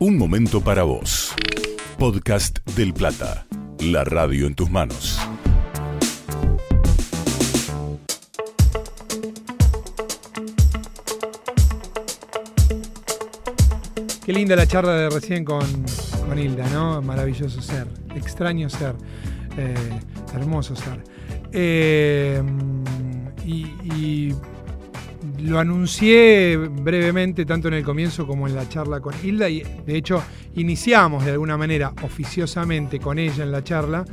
Un momento para vos. Podcast del Plata. La radio en tus manos. Qué linda la charla de recién con Hilda, ¿no? Maravilloso ser, extraño ser, hermoso ser. Y lo anuncié brevemente tanto en el comienzo como en la charla con Hilda, y de hecho iniciamos de alguna manera oficiosamente con ella en la charla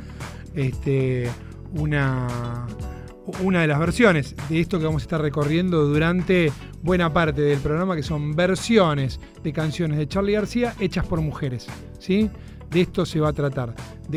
una de las versiones de esto que vamos a estar recorriendo durante buena parte del programa, que son versiones de canciones de Charly García hechas por mujeres, ¿sí? De esto se va a tratar.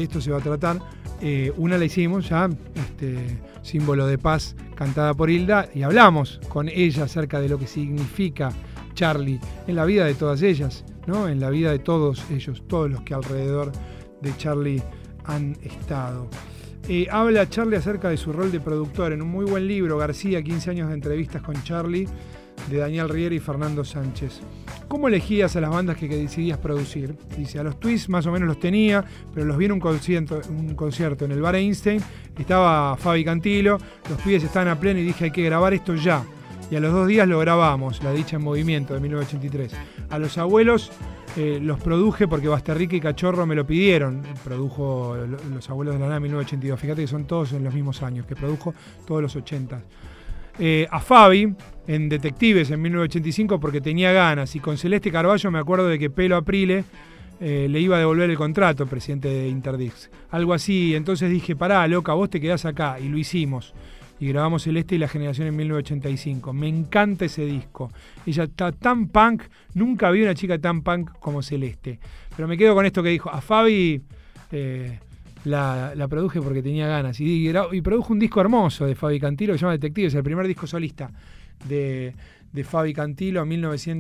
Una la hicimos ya, Símbolo de Paz, cantada por Hilda, y hablamos con ella acerca de lo que significa Charly en la vida de todas ellas, ¿no? En la vida de todos ellos, todos los que alrededor de Charly han estado. Habla Charly acerca de su rol de productor en un muy buen libro, García, 15 años de entrevistas con Charly, de Daniel Riera y Fernando Sánchez. ¿Cómo elegías a las bandas que decidías producir? Dice, a los Twists más o menos los tenía, pero los vi en un concierto en el Bar Einstein, estaba Fabi Cantilo, los pibes estaban a pleno y dije, hay que grabar esto ya. Y a los 2 días lo grabamos, La Dicha en Movimiento, de 1983. A Los Abuelos los produje porque Basterrica y Cachorro me lo pidieron. Produjo Los Abuelos de la Nada en 1982. Fíjate que son todos en los mismos años, que produjo todos los 80. A Fabi en Detectives en 1985 porque tenía ganas. Y con Celeste Carballo me acuerdo de que Pelo Aprile le iba a devolver el contrato, presidente de Interdisc. Algo así. Entonces dije, pará, loca, vos te quedás acá. Y lo hicimos. Y grabamos Celeste y La Generación en 1985. Me encanta ese disco. Ella está tan punk, nunca vi una chica tan punk como Celeste. Pero me quedo con esto que dijo. A Fabi la produje porque tenía ganas. Y produjo un disco hermoso de Fabi Cantilo que se llama Detectives, el primer disco solista de Fabi Cantilo en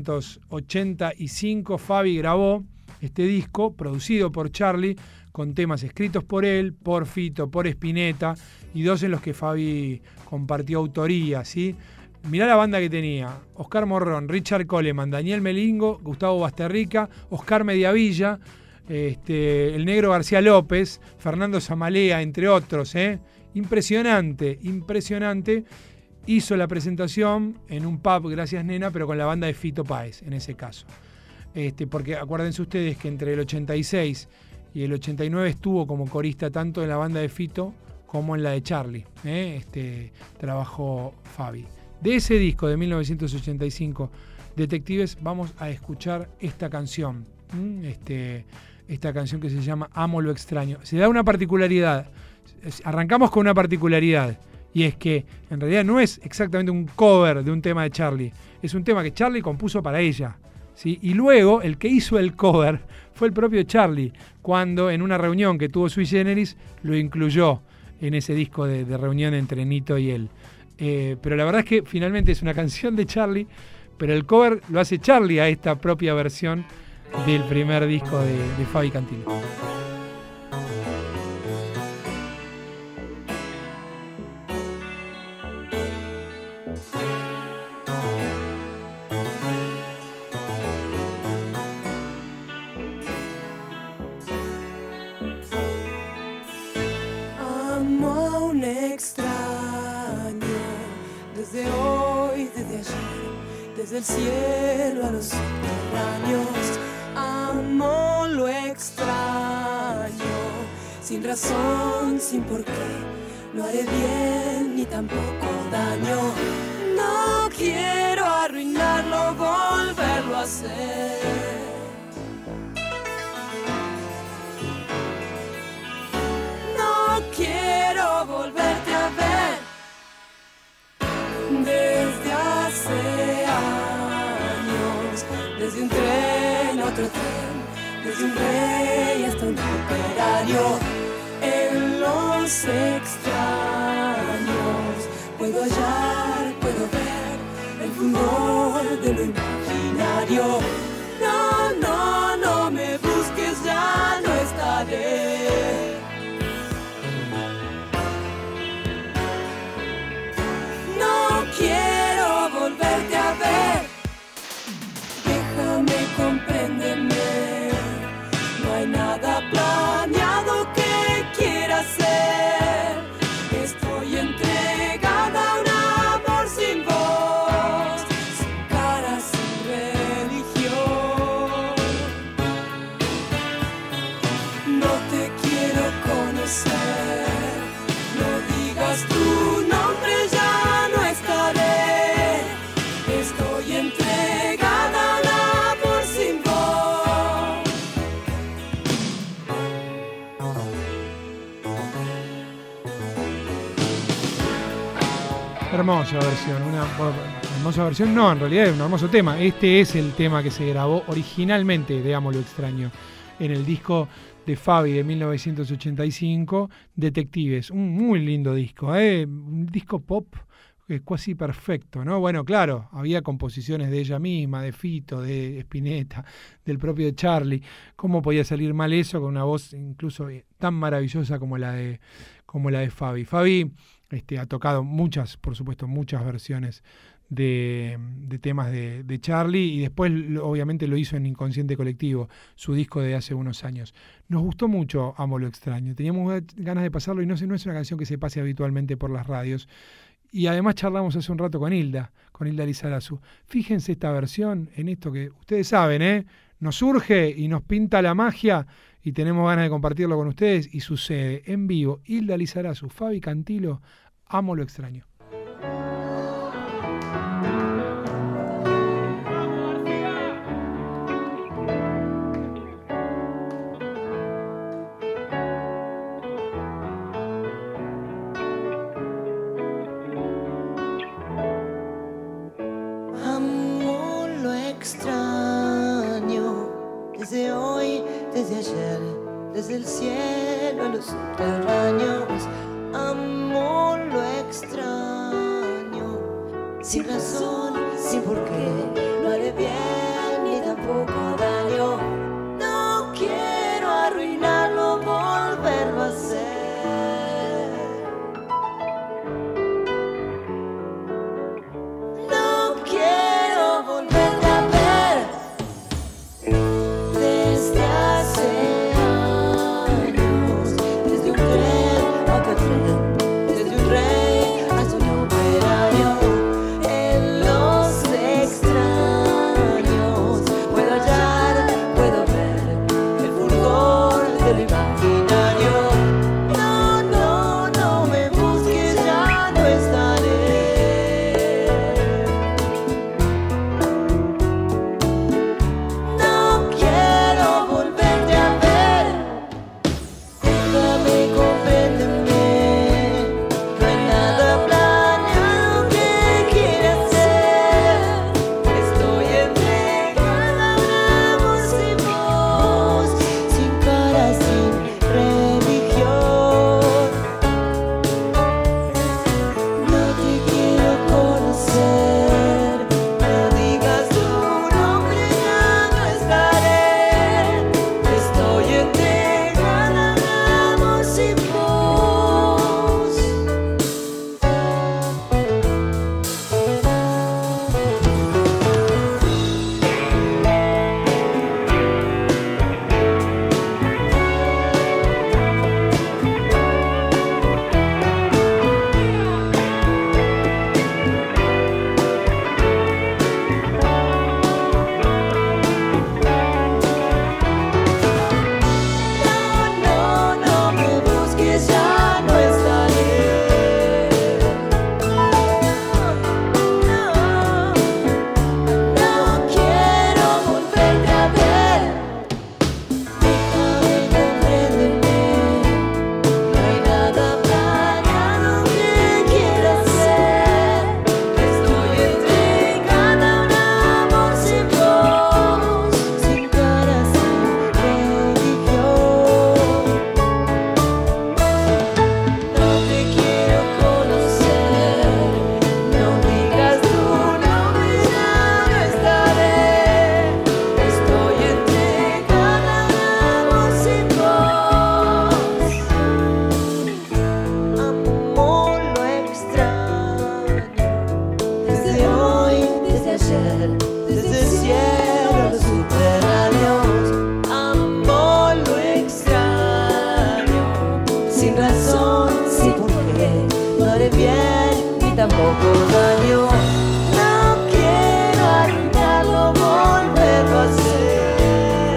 1985. Fabi grabó este disco, producido por Charly, con temas escritos por él, por Fito, por Spinetta, y 2 en los que Fabi compartió autoría, ¿sí? Mirá la banda que tenía: Oscar Morrón, Richard Coleman, Daniel Melingo, Gustavo Basterrica, Oscar Mediavilla, el Negro García López, Fernando Zamalea, entre otros, Impresionante. Hizo la presentación en un pub, gracias nena, pero con la banda de Fito Páez, en ese caso. Porque acuérdense ustedes que entre el 86 y el 89 estuvo como corista tanto en la banda de Fito como en la de Charly. Trabajó Fabi. De ese disco de 1985, Detectives, vamos a escuchar esta canción. Esta canción que se llama Amo lo extraño. Se da una particularidad. Arrancamos con una particularidad. Y es que en realidad no es exactamente un cover de un tema de Charly. Es un tema que Charly compuso para ella, ¿sí? Y luego el que hizo el cover fue el propio Charly, cuando en una reunión que tuvo Sui Generis lo incluyó en ese disco de reunión entre Nito y él. Pero la verdad es que finalmente es una canción de Charly, pero el cover lo hace Charly a esta propia versión del primer disco de Fabi Cantilo. Desde el cielo a los subterráneos, amo lo extraño, sin razón, sin por qué, no haré bien ni tampoco daño. No quiero arruinarlo, volverlo a hacer. No quiero volverte a ver. Desde hace años, desde un tren a otro tren, desde un rey hasta un operario, en los extraños puedo hallar, puedo ver el fulgor de lo imaginario. No me busques, ya no estaré. Quiero volverte a ver. Déjame, compréndeme. Hermosa versión, hermosa versión, no, en realidad es un hermoso tema. Este es el tema que se grabó originalmente de Amo lo extraño, en el disco de Fabi de 1985, Detectives, un muy lindo disco, un disco pop casi perfecto, ¿no? Bueno, claro, había composiciones de ella misma, de Fito, de Spinetta, del propio Charly. ¿Cómo podía salir mal eso con una voz incluso tan maravillosa como la de Fabi? Fabi ha tocado por supuesto, muchas versiones de temas de Charly, y después obviamente lo hizo en Inconsciente Colectivo, su disco de hace unos años. Nos gustó mucho Amo lo extraño, teníamos ganas de pasarlo y no es una canción que se pase habitualmente por las radios. Y además charlamos hace un rato con Hilda Lizarazu. Fíjense esta versión en esto que ustedes saben, nos surge y nos pinta la magia y tenemos ganas de compartirlo con ustedes y sucede en vivo. Hilda Lizarazu, Fabi Cantilo, Amo lo extraño. Desde hoy, desde ayer, desde el cielo a los subterráneos, amo lo extraño, sin razón, sin porqué, no haré bien ni tampoco daño, no quiero arruinarlo, volverlo a hacer. No quiero volverte a ver. Desde un rey hasta un operario, en los extraños puedo hallar, puedo ver el fulgor de lo imaginario. No, no, no me busques, ya no estaré. No quiero volverte a ver. Déjame comprender. Desde el cielo a los subterráneos, amo lo extraño, sin razón, sin porqué, no haré bien ni tampoco daño. No quiero arruinarlo, volverlo a hacer.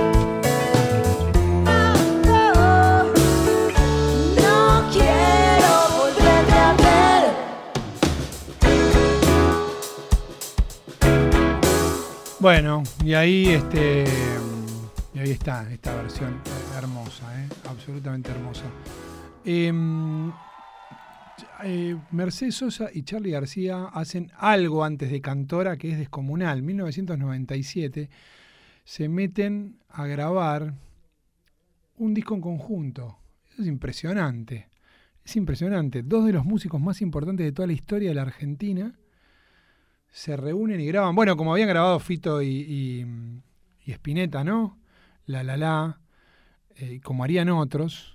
No quiero volverte a ver. Bueno, y ahí está esta versión hermosa, absolutamente hermosa. Mercedes Sosa y Charly García hacen algo antes de Cantora que es descomunal. En 1997 se meten a grabar un disco en conjunto. Eso es impresionante. Es impresionante. Dos de los músicos más importantes de toda la historia de la Argentina se reúnen y graban. Bueno, como habían grabado Fito y Spinetta, ¿no? Como harían otros.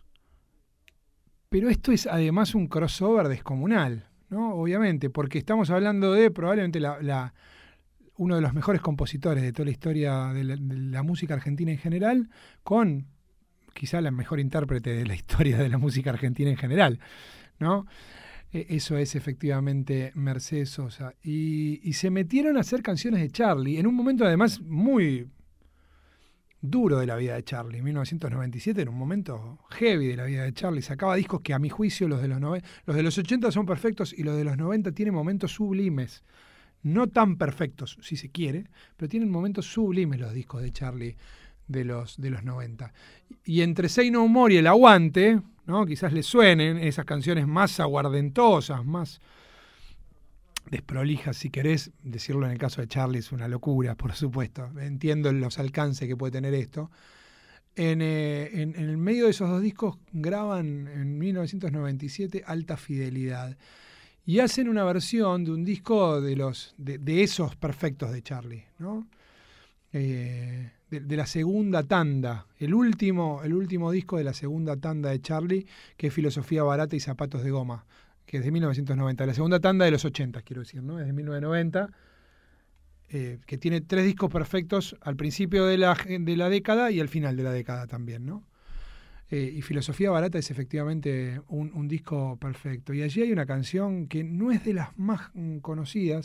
Pero esto es además un crossover descomunal, ¿no? Obviamente, porque estamos hablando de probablemente uno de los mejores compositores de toda la historia de la música argentina en general, con quizá la mejor intérprete de la historia de la música argentina en general, ¿no? Eso es efectivamente Mercedes Sosa. Y se metieron a hacer canciones de Charly, en un momento además muy duro de la vida de Charly. En 1997 era un momento heavy de la vida de Charly. Sacaba discos que a mi juicio los de los 80 son perfectos y los de los 90 tienen momentos sublimes. No tan perfectos, si se quiere, pero tienen momentos sublimes los discos de Charly de los 90. Y entre Say No More y El Aguante, ¿no? Quizás les suenen esas canciones más aguardentosas, más desprolijas, si querés decirlo. En el caso de Charly es una locura, por supuesto. Entiendo los alcances que puede tener esto. En el medio de esos dos discos graban en 1997 Alta Fidelidad y hacen una versión de un disco de esos perfectos de Charly, ¿no? De la segunda tanda, el último disco de la segunda tanda de Charly, que es Filosofía Barata y Zapatos de Goma, que es de 1990, la segunda tanda de los 80, quiero decir, ¿no? Es de 1990, que tiene 3 discos perfectos al principio de la década y al final de la década también, ¿no? Y Filosofía Barata es efectivamente un disco perfecto. Y allí hay una canción que no es de las más conocidas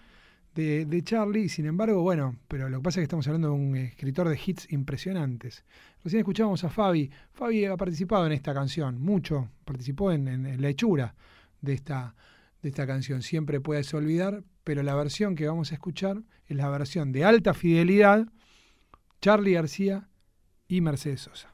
de Charly, y sin embargo, bueno, pero lo que pasa es que estamos hablando de un escritor de hits impresionantes. Recién escuchábamos a Fabi. Fabi ha participado en esta canción, mucho, participó en la hechura de esta canción. Siempre puedes olvidar, pero la versión que vamos a escuchar es la versión de Alta Fidelidad, Charly García y Mercedes Sosa.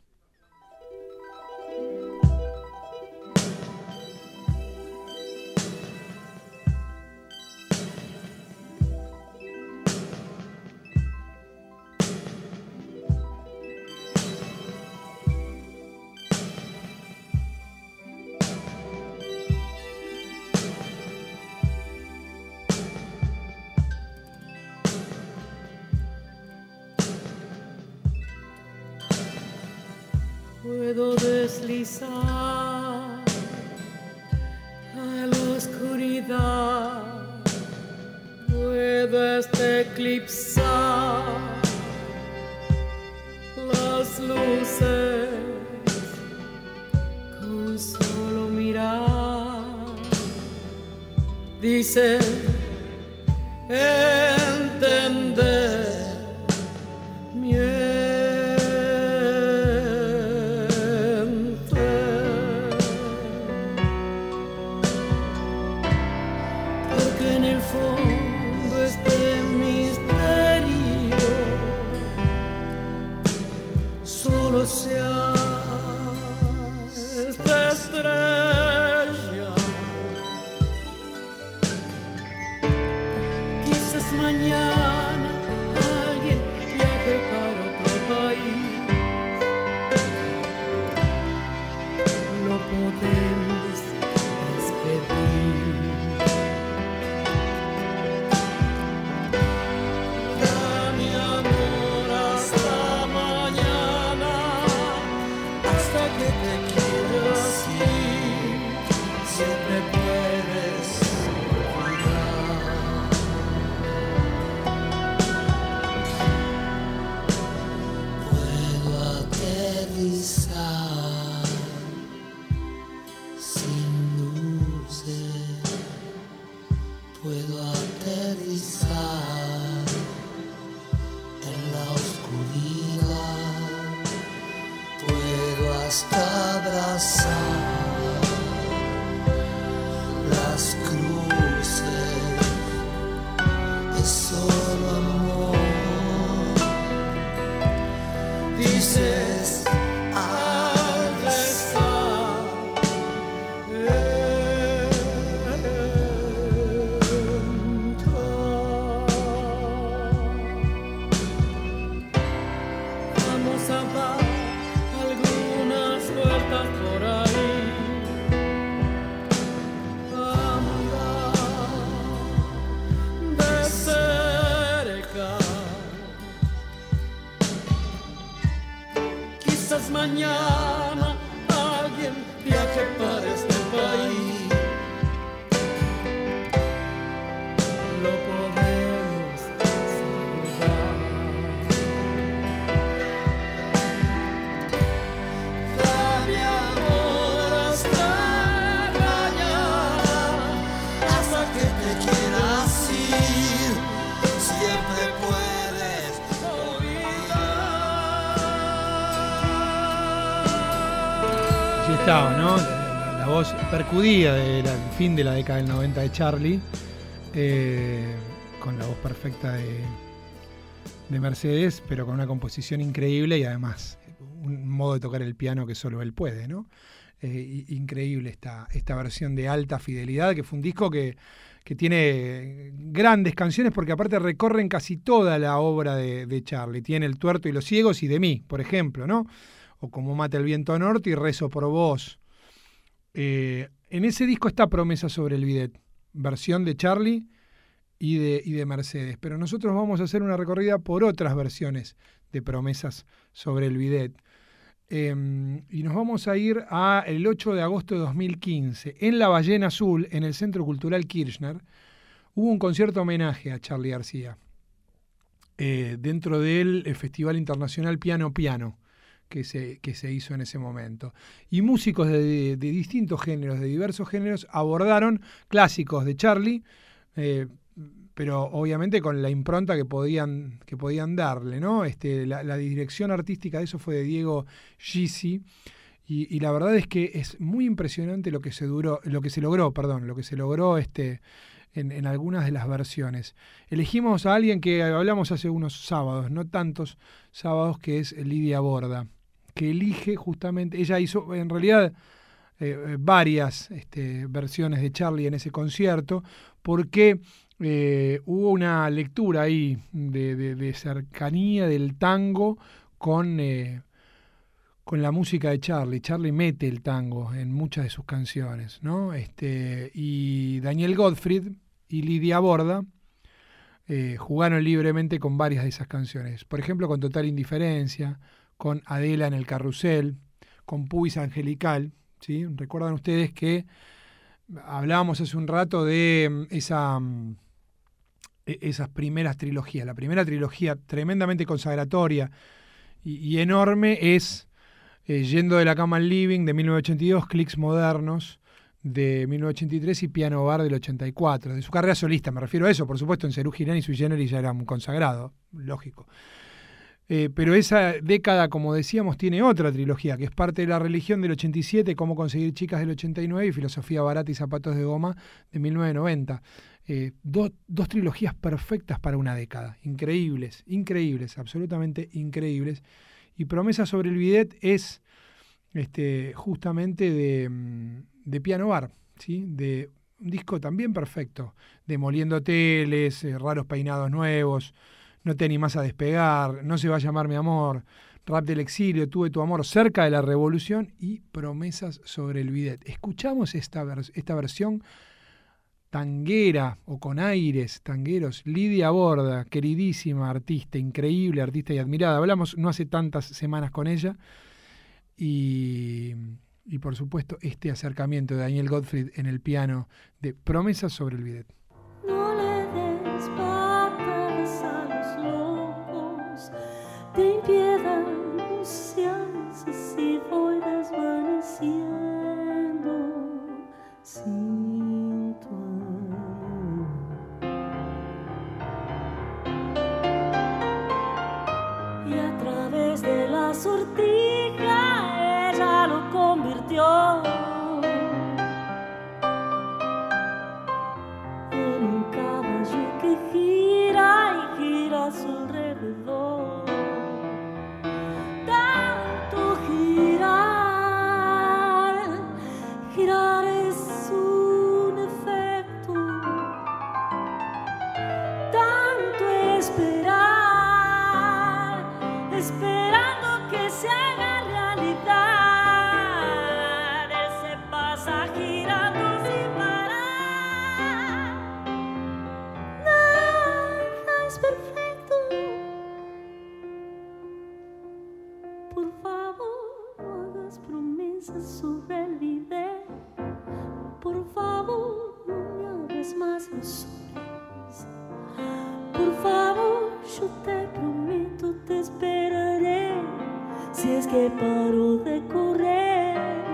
Puedo deslizar a la oscuridad, puedo eclipsar las luces con solo mirar. Dice entender quizás mañana alguien viaje para este país. Lo podemos salvar. Dame amor hasta mañana, hasta que te quieras ir. Siempre puedes olvidar. Así estaba, ¿no? La voz percudida del fin de la década del 90 de Charly, con la voz perfecta de Mercedes, pero con una composición increíble y además un modo de tocar el piano que solo él puede, ¿no? Increíble esta versión de alta fidelidad, que fue un disco que tiene grandes canciones porque aparte recorren casi toda la obra de Charly. Tiene El tuerto y los ciegos y De mí, por ejemplo, ¿no? O Como mata el viento norte y Rezo por vos. En ese disco está Promesa sobre el bidet, versión de Charly y de Mercedes. Pero nosotros vamos a hacer una recorrida por otras versiones de Promesas sobre el bidet. Y nos vamos a ir el 8 de agosto de 2015. En La Ballena Azul, en el Centro Cultural Kirchner, hubo un concierto homenaje a Charly García. Dentro del Festival Internacional Piano Piano, que se hizo en ese momento. Y músicos de distintos géneros, de diversos géneros, abordaron clásicos de Charly, pero obviamente con la impronta que podían darle, ¿no? La dirección artística de eso fue de Diego Gysi, y la verdad es que es muy impresionante lo que se logró en algunas de las versiones. Elegimos a alguien que hablamos hace unos sábados, no tantos sábados, que es Lidia Borda, que elige justamente, ella hizo en realidad varias versiones de Charly en ese concierto, porque hubo una lectura ahí de cercanía del tango con la música de Charly. Charly mete el tango en muchas de sus canciones, ¿no? Y Daniel Gottfried y Lidia Borda jugaron libremente con varias de esas canciones. Por ejemplo, con Total Indiferencia, con Adela en el Carrusel, con Puis Angelical, ¿sí? Recuerdan ustedes que hablábamos hace un rato de esas primeras trilogías. La primera trilogía tremendamente consagratoria y enorme es Yendo de la cama al living de 1982, Clics modernos de 1983 y Piano Bar del 84. De su carrera solista me refiero a eso, por supuesto en Serú Girán y Sui Generis ya era un consagrado, lógico. Pero esa década, como decíamos, tiene otra trilogía, que es Parte de la religión del 87, Cómo conseguir chicas del 89 y Filosofía barata y zapatos de goma de 1990. Dos trilogías perfectas para una década, increíbles, absolutamente increíbles. Y Promesa sobre el bidet es justamente de Piano Bar, ¿sí? De un disco también perfecto, Demoliendo hoteles, Raros peinados nuevos, No te animás a despegar, No se va a llamar mi amor, Rap del exilio, Tuve tu amor, Cerca de la revolución y Promesas sobre el bidet. Escuchamos esta versión tanguera o con aires tangueros. Lidia Borda, queridísima artista, increíble artista y admirada. Hablamos no hace tantas semanas con ella y por supuesto este acercamiento de Daniel Gottfried en el piano de Promesas sobre el bidet. No le des patas a los locos, ten piedad, no seas así, voy desvaneciendo sin tu amor. Y a través de la sortija ella lo convirtió en un caballo que gira y gira a su alrededor. Tanto girar es un efecto. Tanto esperando que se haga realidad. Él se pasa girando sin parar. Nada es perfecto. Por favor, piensa sobre el video. Por favor, no me abras más los ojos. Por favor, yo te prometo, te esperaré. Si es que paro de correr.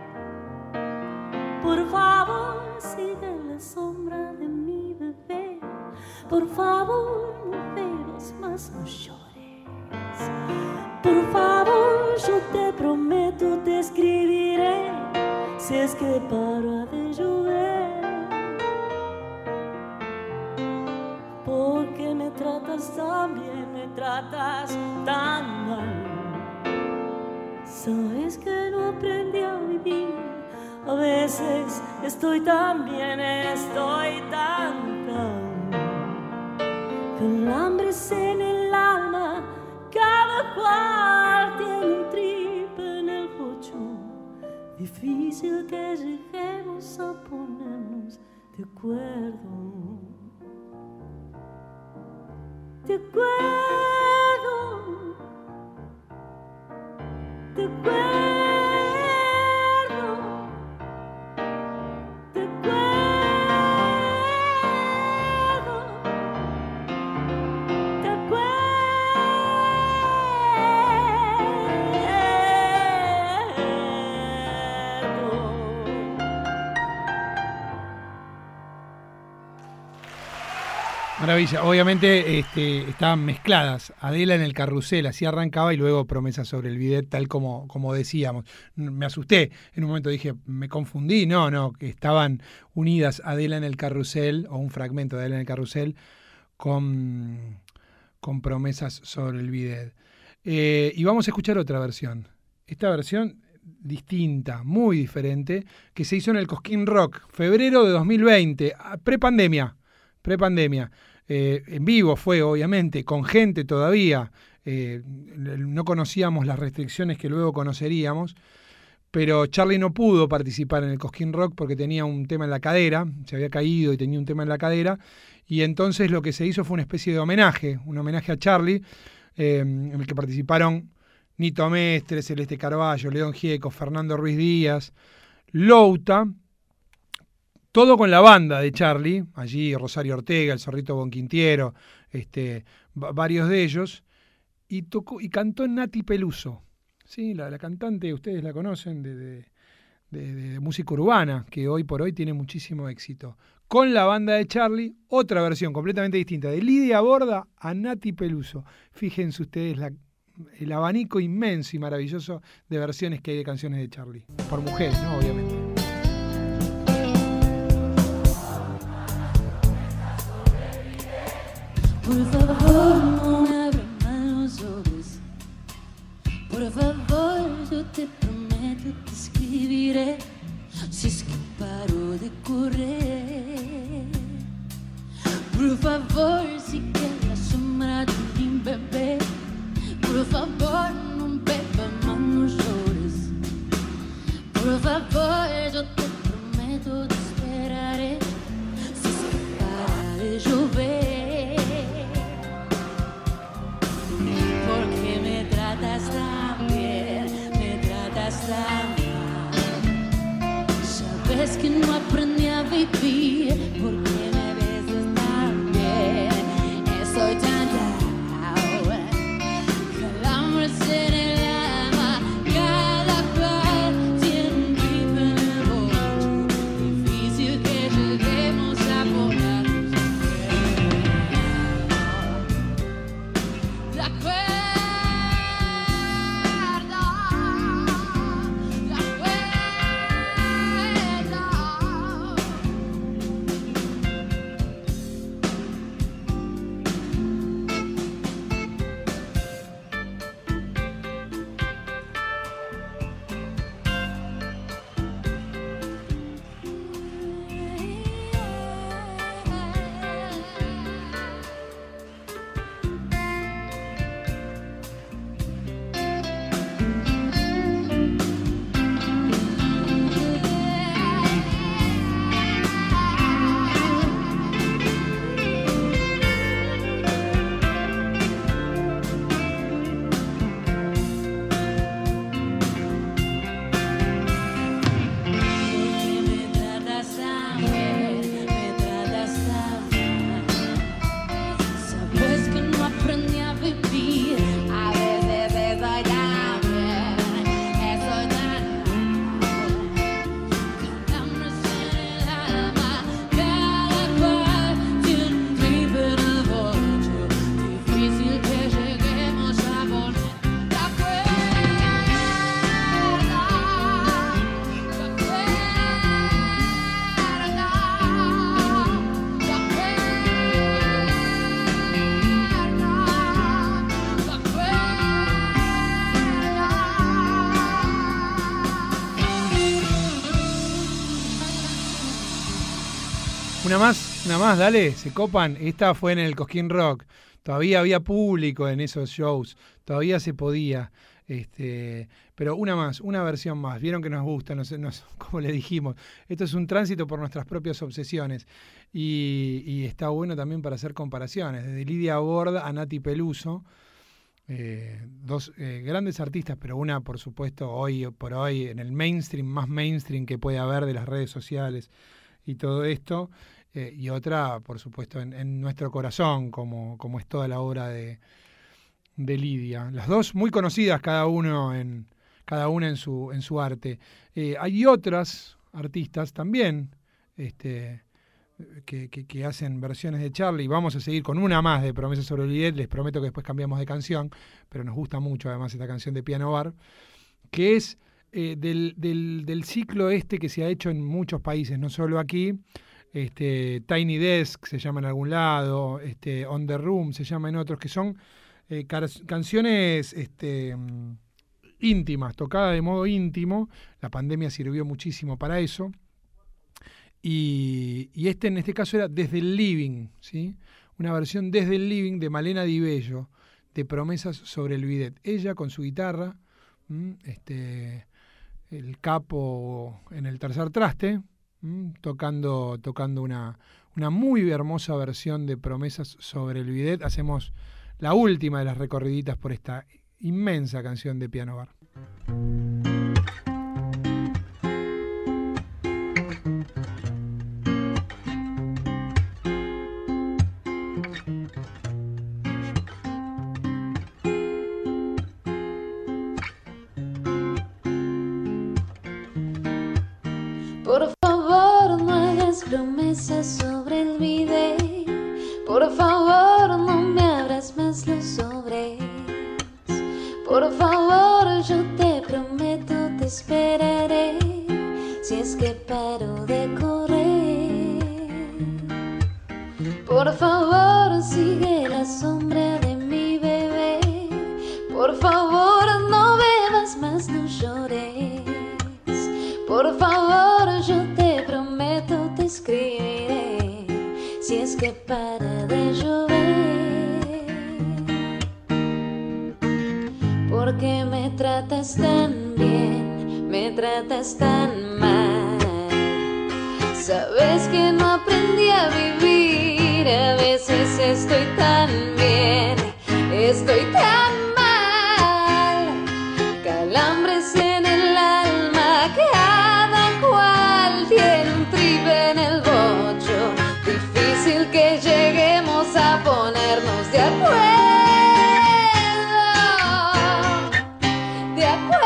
Por favor, sigue la sombra de mi bebé. Por favor, no bebas más, no llores. Por favor, yo te prometo, te escribiré. Si es que para de llover. Porque me tratas tan bien, me tratas tan mal. Sabes que no aprendí a vivir. A veces estoy tan bien, estoy tan con hambre en el alma. Cada cual tiene un trip en el pocho. Difícil que lleguemos a ponernos de acuerdo. De acuerdo. De acuerdo. Maravilla, obviamente estaban mezcladas. Adela en el carrusel, así arrancaba, y luego Promesa sobre el bidet, tal como decíamos. Me asusté, en un momento dije, me confundí, no, que estaban unidas Adela en el carrusel, o un fragmento de Adela en el carrusel, con Promesas sobre el bidet. Y vamos a escuchar otra versión. Esta versión distinta, muy diferente, que se hizo en el Cosquín Rock, febrero de 2020, prepandemia. En vivo fue, obviamente, con gente todavía. No conocíamos las restricciones que luego conoceríamos, pero Charly no pudo participar en el Cosquín Rock porque tenía un tema en la cadera, se había caído y tenía un tema en la cadera, y entonces lo que se hizo fue una especie de homenaje, un homenaje a Charly, en el que participaron Nito Mestre, Celeste Carballo, León Gieco, Fernando Ruiz Díaz, Louta. Todo con la banda de Charly, allí Rosario Ortega, el Zorrito Bonquintiero, varios de ellos, y cantó Nati Peluso, ¿sí? La cantante, ustedes la conocen, de música urbana, que hoy por hoy tiene muchísimo éxito. Con la banda de Charly, otra versión completamente distinta, de Lidia Borda a Nati Peluso. Fíjense ustedes el abanico inmenso y maravilloso de versiones que hay de canciones de Charly, por mujeres, ¿no? Obviamente. Por favor, no me abras más los ojos. Por favor, yo te prometo, te escribiré. Si es que paro de correr. Por favor, sigue la sombra de mi bebé. Por favor, no bebas más, no llores. Por favor, yo te prometo, te esperaré. Si es que para de llover. Sabes que no aprendí a vivir porque me besas tan bien. Estoy tan down, calambres en el alma. Cada cual tiene un grip en el bocho. Una más, dale, se copan. Esta fue en el Cosquín Rock. Todavía había público en esos shows. Todavía se podía. Pero una más, una versión más. Vieron que nos gusta, como le dijimos. Esto es un tránsito por nuestras propias obsesiones. Y está bueno también para hacer comparaciones. Desde Lidia Borda a Nati Peluso. Dos grandes artistas, pero una, por supuesto, hoy por hoy, en el mainstream, más mainstream que puede haber de las redes sociales y todo esto. Y otra, por supuesto, en nuestro corazón, como es toda la obra de Lidia. Las dos muy conocidas, cada una en su arte. Hay otras artistas también que hacen versiones de Charlie. Vamos a seguir con una más de Promesas sobre el Bidet. Les prometo que después cambiamos de canción, pero nos gusta mucho además esta canción de Piano Bar, que es del ciclo que se ha hecho en muchos países, no solo aquí. Tiny Desk se llama en algún lado, On the Room se llama en otros, que son canciones íntimas, tocadas de modo íntimo. La pandemia sirvió muchísimo para eso. Y en este caso era Desde el Living, ¿sí? Una versión Desde el Living de Malena Di Bello, de Promesas sobre el Bidet. Ella con su guitarra, el capo en el tercer traste, tocando una muy hermosa versión de Promesas sobre el Bidet. Hacemos la última de las recorriditas por esta inmensa canción de Piano Bar. Por favor, no hagas promesas sobre el bidet. Por favor, no me abras más los sobres. Por favor, yo te prometo, te esperaré. Si es que paro de correr. Por favor, sigue la sombra de mi bebé. Por favor, no bebas más, no llores. Por favor, yo te prometo, te escribiré. Si es que para de llover. Porque me tratas tan bien, me tratas tan mal. Sabes que no aprendí a vivir. A veces estoy tan bien, estoy tan mal. Calambres en el alma, cada cual tiene un tripe en el bocho. Difícil que lleguemos a ponernos de acuerdo. De acuerdo.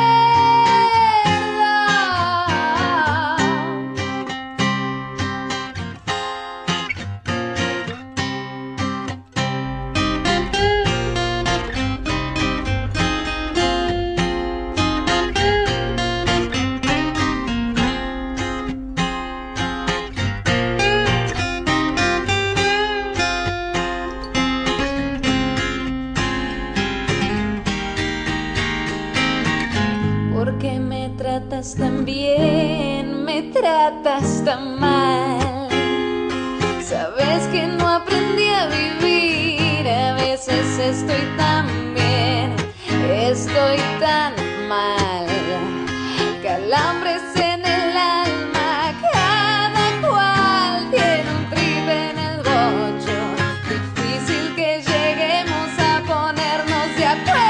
Porque me tratas tan bien, me tratas tan mal. Sabes que no aprendí a vivir. A veces estoy tan bien, estoy tan mal. Calambres en el alma, cada cual tiene un tripe en el bocho. Difícil que lleguemos a ponernos de acuerdo.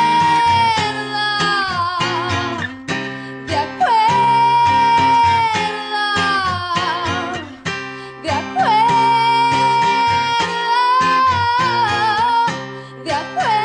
De acuerdo. De acuerdo. De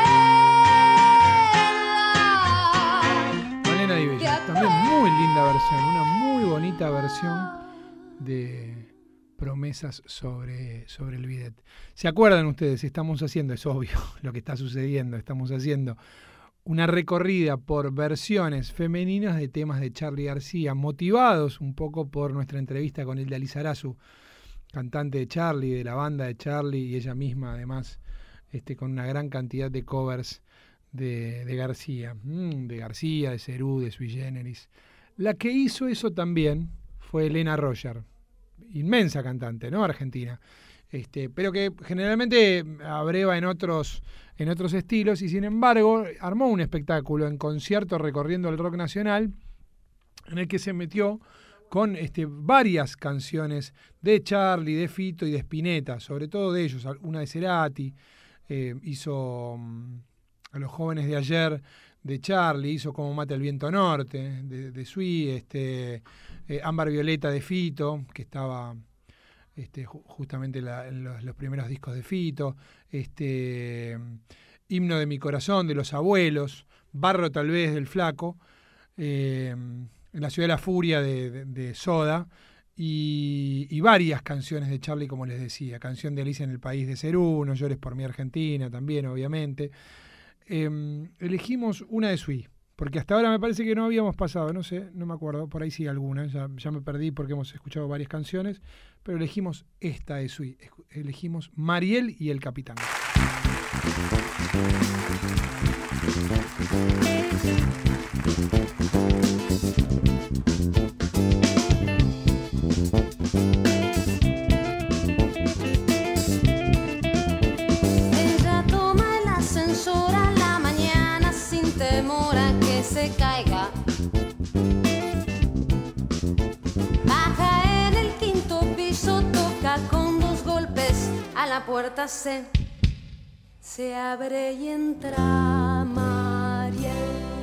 acuerdo. Malena Di Bello, también muy linda versión, una muy bonita versión de Promesas sobre el Bidet. ¿Se acuerdan ustedes? Estamos haciendo, es obvio lo que está sucediendo, estamos haciendo una recorrida por versiones femeninas de temas de Charly García, motivados un poco por nuestra entrevista con Hilda Lizarazu, cantante de Charly, de la banda de Charly, y ella misma además con una gran cantidad de covers de García, de Cerú, de Sui Generis. La que hizo eso también fue Elena Roger. inmensa cantante, ¿no? Argentina. Pero que generalmente abreva en otros estilos, y sin embargo armó un espectáculo en concierto recorriendo el rock nacional, en el que se metió con varias canciones de Charly, de Fito y de Spinetta, sobre todo de ellos, una de Cerati, hizo a los jóvenes de ayer de Charly, hizo Como mata el viento norte de Sui, Ámbar Violeta de Fito, que estaba justamente en los primeros discos de Fito, Himno de mi corazón de Los Abuelos, Barro tal vez del Flaco, En la ciudad de la furia de Soda, y varias canciones de Charly, como les decía, canción de Alicia en el País de Cerú, No llores por mi Argentina también, obviamente. Elegimos una de Sui, porque hasta ahora me parece que no habíamos pasado, no sé, no me acuerdo, por ahí sí alguna, ya me perdí porque hemos escuchado varias canciones, pero elegimos esta de Sui, elegimos Mariel y el Capitán. Ella toma el ascensor a la mañana sin temor a que se caiga. Baja en el quinto piso, toca con 2 golpes a la puerta, se abre y entra Mariel.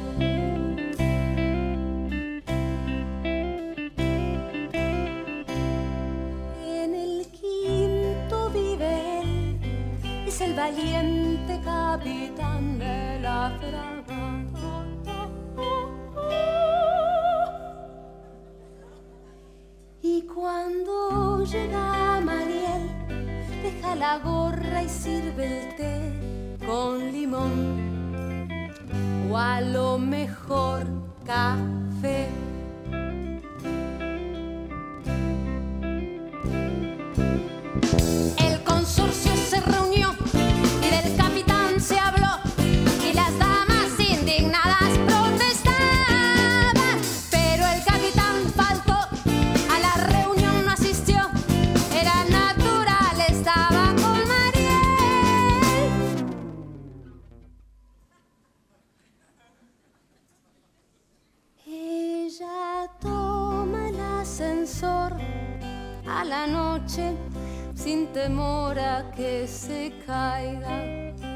En el quinto vive él, es el valiente capitán de la fragata. Y cuando llega Mariel, deja la gorra y sirve el té con limón, o a lo mejor café. El consorcio se reunió y del capitán se habló, y las damas indignadas protestaban, pero el capitán faltó, a la reunión no asistió, era natural, estaba con Mariel. Ella toma el ascensor a la noche sin temor a que se caiga.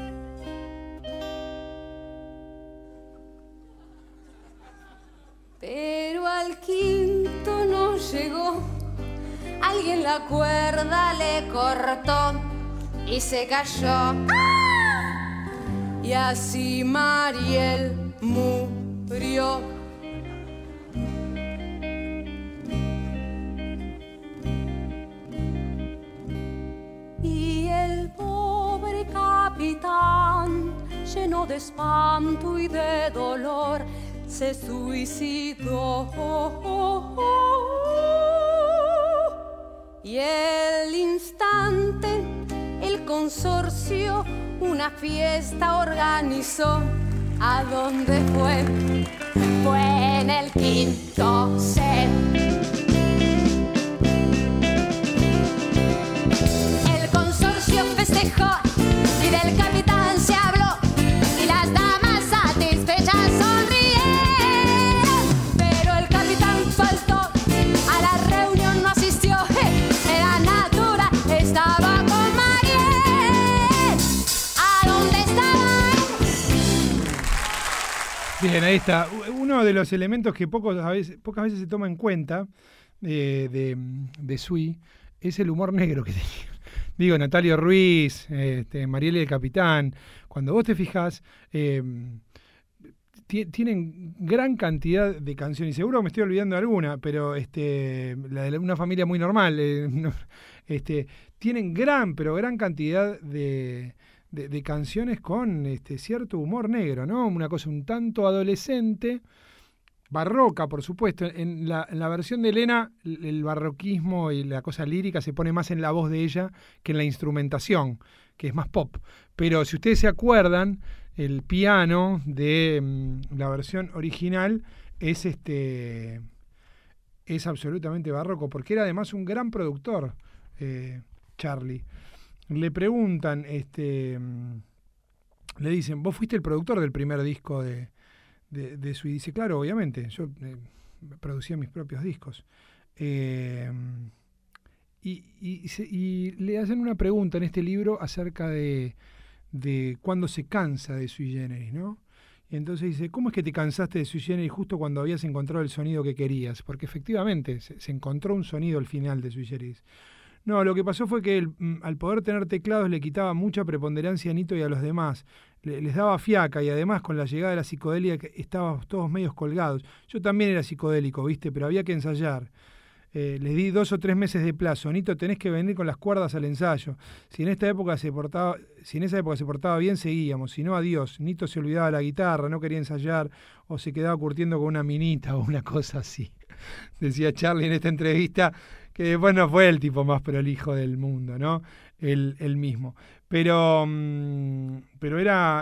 Pero al quinto no llegó, alguien la cuerda le cortó y se cayó. ¡Ah! Y así Mariel murió. Y el pobre capitán, lleno de espanto y de dolor, se suicidó. Y el instante el consorcio una fiesta organizó. ¿A dónde fue? Fue en el quinto C. El consorcio festejó y del capitán se habló, y las damas satisfechas sonrieron, pero el capitán faltó, a la reunión no asistió, era natural, estaba con Mariel. ¿A dónde estaba él? Bien, ahí está. Uno de los elementos que pocas veces se toma en cuenta de Sui es el humor negro que tenía. Digo, Natalio Ruiz, Mariel y el Capitán, cuando vos te fijás, tienen gran cantidad de canciones, y seguro me estoy olvidando de alguna, pero la de Una familia muy normal, tienen gran cantidad de canciones con cierto humor negro, ¿no? Una cosa un tanto adolescente, barroca, por supuesto. En la versión de Elena, el barroquismo y la cosa lírica se pone más en la voz de ella que en la instrumentación, que es más pop. Pero si ustedes se acuerdan, el piano de la versión original es es absolutamente barroco, porque era además un gran productor, Charlie. Le preguntan, le dicen, ¿vos fuiste el productor del primer disco de Sui? Dice, claro, obviamente, yo producía mis propios discos. Y le hacen una pregunta en este libro acerca de cuándo se cansa de Sui Generis, ¿no? Y entonces dice, ¿cómo es que te cansaste de Sui Generis justo cuando habías encontrado el sonido que querías? Porque efectivamente se encontró un sonido al final de Sui Generis. No, lo que pasó fue que al poder tener teclados le quitaba mucha preponderancia a Nito y a los demás. Les daba fiaca y además con la llegada de la psicodelia estábamos todos medios colgados. Yo también era psicodélico, ¿viste? Pero había que ensayar. Les di 2 o 3 meses de plazo. Nito, tenés que venir con las cuerdas al ensayo. Si en esa época se portaba bien, seguíamos. Si no, adiós. Nito se olvidaba la guitarra, no quería ensayar o se quedaba curtiendo con una minita o una cosa así. Decía Charlie en esta entrevista que después no fue el tipo más prolijo del mundo, ¿no? Él mismo. Pero era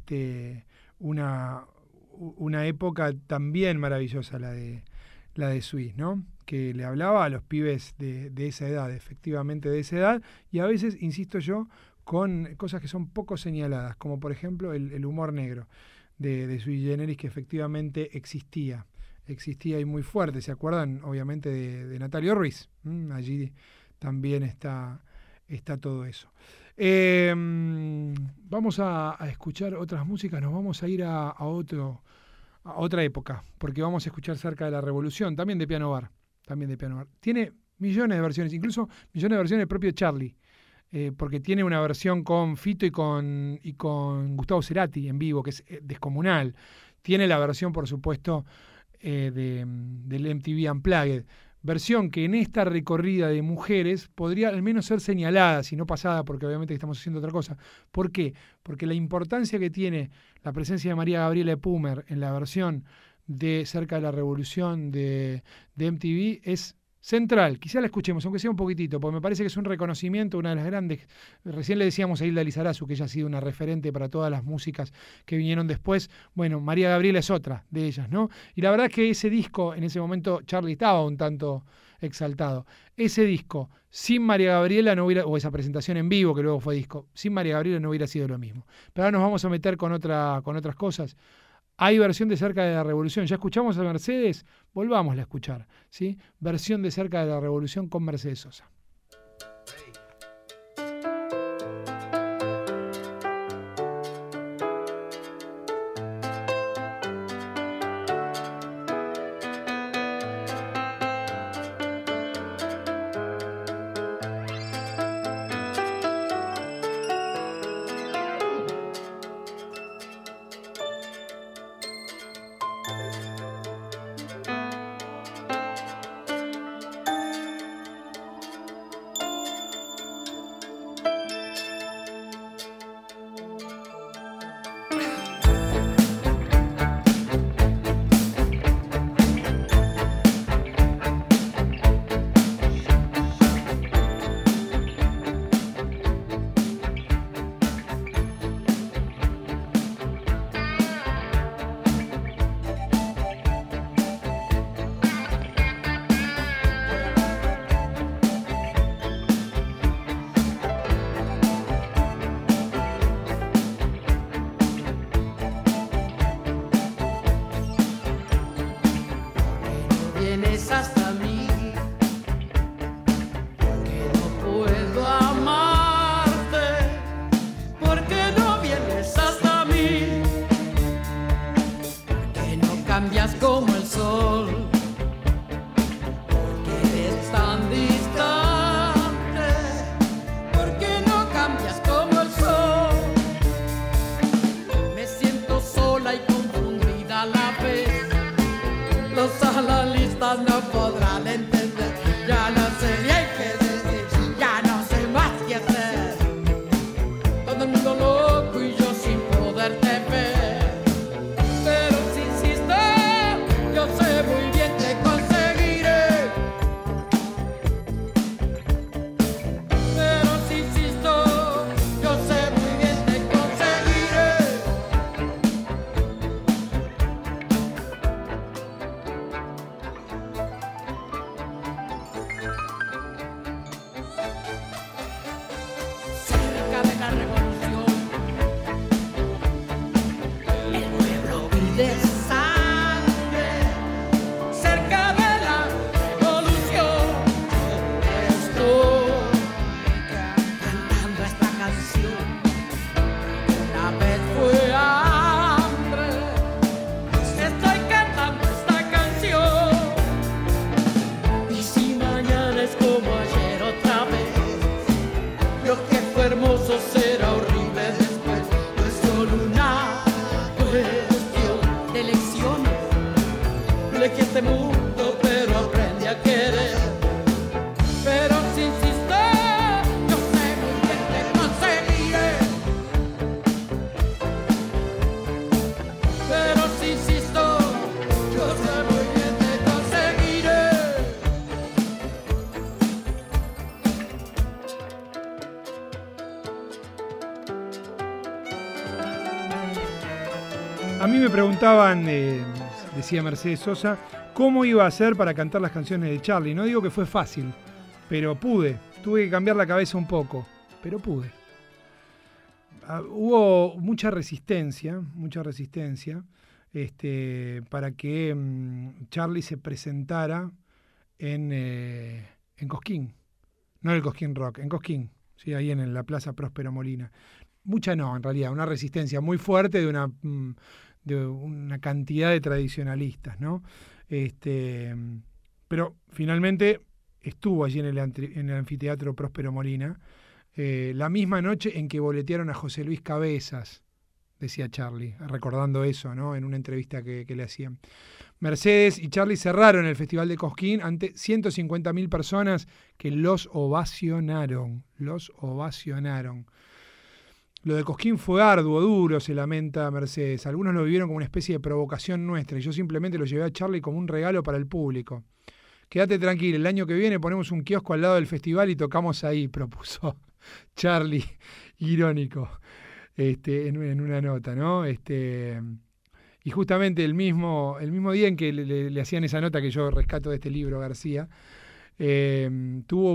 una época también maravillosa la de Sui, ¿no? Que le hablaba a los pibes de esa edad, efectivamente de esa edad, y a veces, insisto yo, con cosas que son poco señaladas, como por ejemplo el humor negro de Sui Generis, que efectivamente existía y muy fuerte. ¿Se acuerdan? Obviamente de Natalio Ruiz. Allí también está todo eso. Vamos a escuchar otras músicas, nos vamos a ir a otra época, porque vamos a escuchar Cerca de la Revolución, también de Piano Bar. Tiene millones de versiones, incluso millones de versiones del propio Charlie, porque tiene una versión con Fito y con Gustavo Cerati en vivo, que es descomunal. Tiene la versión, por supuesto, del MTV Unplugged, versión que en esta recorrida de mujeres podría al menos ser señalada, si no pasada, porque obviamente estamos haciendo otra cosa. ¿Por qué? Porque la importancia que tiene la presencia de María Gabriela Epumer en la versión de Cerca de la Revolución de MTV es central. Quizá la escuchemos, aunque sea un poquitito, porque me parece que es un reconocimiento, una de las grandes. Recién le decíamos a Hilda Lizarazu que ella ha sido una referente para todas las músicas que vinieron después. Bueno, María Gabriela es otra de ellas, ¿no? Y la verdad es que ese disco, en ese momento Charlie estaba un tanto exaltado. Ese disco, sin María Gabriela no hubiera, o esa presentación en vivo que luego fue disco, sin María Gabriela no hubiera sido lo mismo. Pero ahora nos vamos a meter con otras cosas. Hay versión de Cerca de la Revolución. Ya escuchamos a Mercedes, volvámosla a escuchar, ¿sí? Versión de Cerca de la Revolución con Mercedes Sosa. de sangre, cerca de la revolución. Estoy cantando esta canción. Una vez fue hambre. Estoy cantando esta canción. Y si mañana es como ayer otra vez, lo que fue hermoso será horrible después. No es solo una cuestión de elecciones. No elegí este mundo, pero aprendí a querer. Pero si insisto, yo sé muy bien que conseguiré. Pero si insisto, yo sé muy bien que conseguiré. A mí me preguntaban, decía Mercedes Sosa, cómo iba a hacer para cantar las canciones de Charly. No digo que fue fácil, pero pude. Tuve que cambiar la cabeza un poco, pero pude. Hubo mucha resistencia para que Charly se presentara en Cosquín. No en el Cosquín Rock, en Cosquín, ¿sí? Ahí en la Plaza Próspero Molina. Mucha no, en realidad, una resistencia muy fuerte de una cantidad de tradicionalistas, ¿no? Pero finalmente estuvo allí en el anfiteatro Próspero Molina, la misma noche en que boletearon a José Luis Cabezas, decía Charly, recordando eso, ¿no? En una entrevista que le hacían. Mercedes y Charly cerraron el Festival de Cosquín ante 150.000 personas que los ovacionaron. Lo de Cosquín fue arduo, duro, se lamenta Mercedes. Algunos lo vivieron como una especie de provocación nuestra y yo simplemente lo llevé a Charly como un regalo para el público. Quédate tranquilo, el año que viene ponemos un kiosco al lado del festival y tocamos ahí, propuso Charly, irónico, en una nota, ¿no? Y justamente el mismo día en que le hacían esa nota que yo rescato de este libro, García, tuvo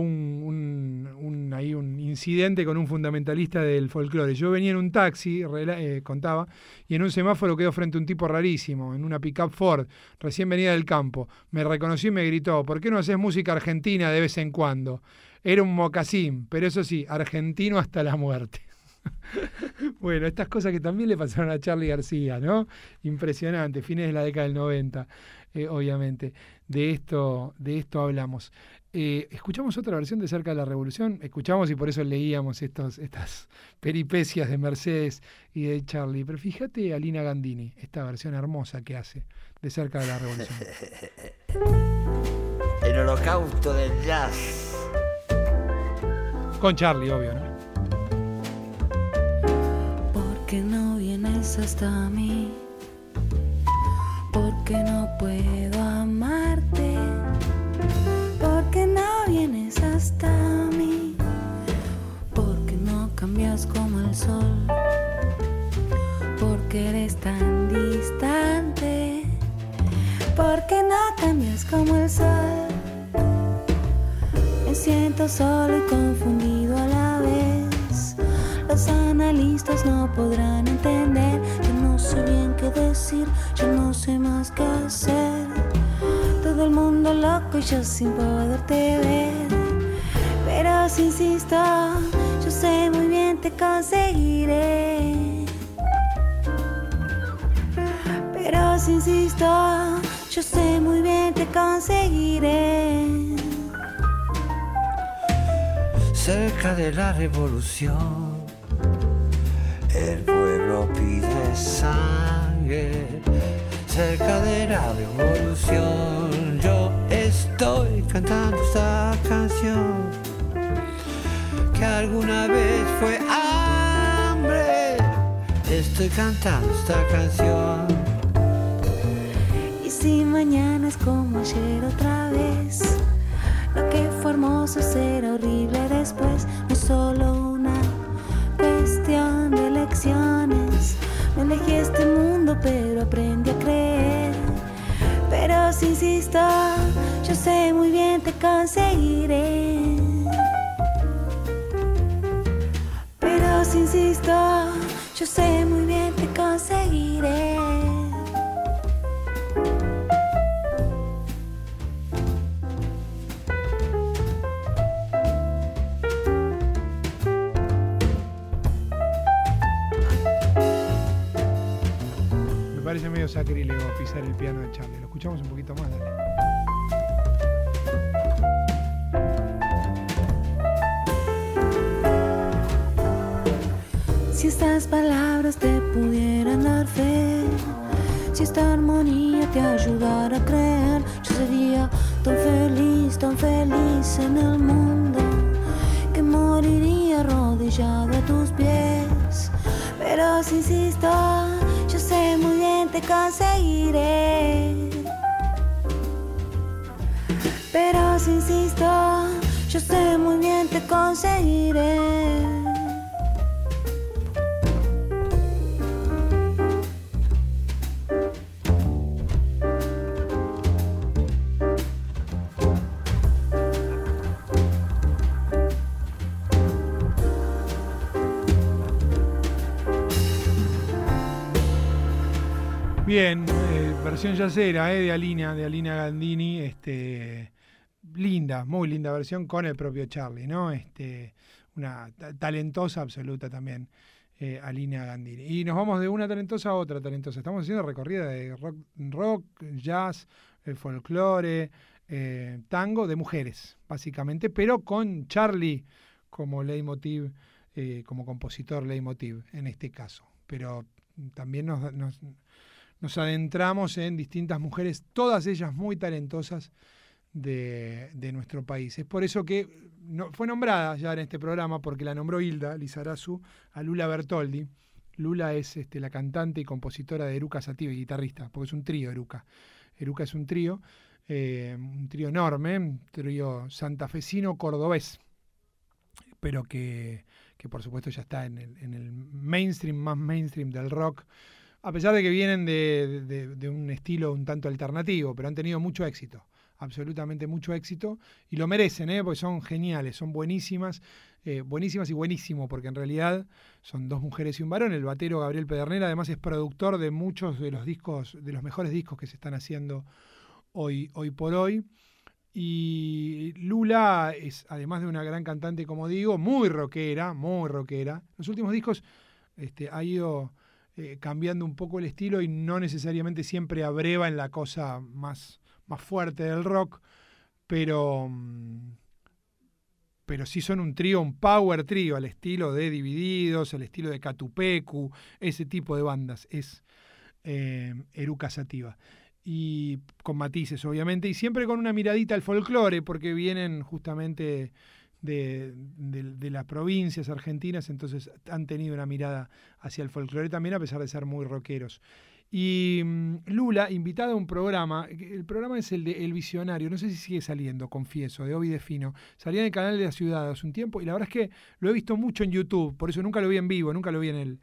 un incidente con un fundamentalista del folclore. Yo venía en un taxi, contaba, y en un semáforo quedó frente a un tipo rarísimo, en una pick-up Ford, recién venida del campo. Me reconoció y me gritó, ¿por qué no haces música argentina de vez en cuando? Era un mocasín, pero eso sí, argentino hasta la muerte. Bueno, estas cosas que también le pasaron a Charly García, ¿no? Impresionante, fines de la década del 90, obviamente. De esto hablamos. Escuchamos otra versión de Cerca de la Revolución, escuchamos y por eso leíamos estas peripecias de Mercedes y de Charly. Pero fíjate a Lina Gandini, esta versión hermosa que hace de Cerca de la Revolución. El holocausto del jazz. Con Charly, obvio, ¿no? ¿Por qué no vienes hasta mí? ¿Por qué no puedo amarte? ¿Por qué no vienes hasta mí? ¿Por qué no cambias como el sol? ¿Por qué eres tan distante? ¿Por qué no cambias como el sol? Me siento solo y confundido a la vez. Los analistas no podrán entender. Yo no sé bien qué decir, yo no sé más qué hacer. Todo el mundo loco y yo sin poderte ver. Pero si insisto, yo sé muy bien te conseguiré. Pero si insisto, yo sé muy bien te conseguiré. Cerca de la revolución, el pueblo pide sangre. Cerca de la revolución, yo estoy cantando esta canción que alguna vez fue hambre. Estoy cantando esta canción. Y si mañana es como ayer otra vez, lo que fue hermoso será horrible después. No es solo una cuestión de elecciones. No elegí este mundo, pero aprendí a creer. Pero si insisto, yo sé muy bien te conseguiré. Pero si insisto, yo sé muy bien te conseguiré. parece medio sacrílego pisar el piano de Charlie. Lo escuchamos un poquito más, dale. Si estas palabras te pudieran dar fe, si esta armonía te ayudara a creer, yo sería tan feliz en el mundo, que moriría arrodillado a tus pies. Pero si insisto, yo sé muy bien te conseguiré. Pero si insisto, yo sé muy bien te conseguiré. Bien, versión yacera de Alina Gandini, linda, muy linda versión con el propio Charlie, ¿no? Una talentosa absoluta también, Alina Gandini. Y nos vamos de una talentosa a otra talentosa. Estamos haciendo recorrida de rock, jazz, folclore, tango de mujeres, básicamente, pero con Charlie como leitmotiv, como compositor leitmotiv en este caso. Pero también nos adentramos en distintas mujeres, todas ellas muy talentosas de nuestro país. Es por eso que fue nombrada ya en este programa, porque la nombró Hilda Lizarazu a Lula Bertoldi. Lula es la cantante y compositora de Eruca Sativa y guitarrista, porque es un trío Eruca. Eruca es un trío enorme, un trío santafesino cordobés, pero que por supuesto ya está en el mainstream, más mainstream del rock, a pesar de que vienen de un estilo un tanto alternativo, pero han tenido mucho éxito, absolutamente mucho éxito, y lo merecen, porque son geniales, son buenísimas y buenísimo, porque en realidad son dos mujeres y un varón. El batero Gabriel Pedernera además es productor de muchos de los discos, de los mejores discos que se están haciendo hoy por hoy. Y Lula es, además de una gran cantante, como digo, muy rockera. Los últimos discos ha ido cambiando un poco el estilo y no necesariamente siempre abreva en la cosa más fuerte del rock, pero sí son un trío, un power trío, al estilo de Divididos, al estilo de Catupecu, ese tipo de bandas. Es Eruca Sativa. Y con matices, obviamente, y siempre con una miradita al folclore, porque vienen justamente de las provincias argentinas, entonces han tenido una mirada hacia el folclore también, a pesar de ser muy rockeros. Y Lula, invitada a un programa, el programa es el de El Visionario, no sé si sigue saliendo, confieso, de Obi de Fino, salía en el canal de la ciudad hace un tiempo, y la verdad es que lo he visto mucho en YouTube, por eso nunca lo vi en vivo, nunca lo vi en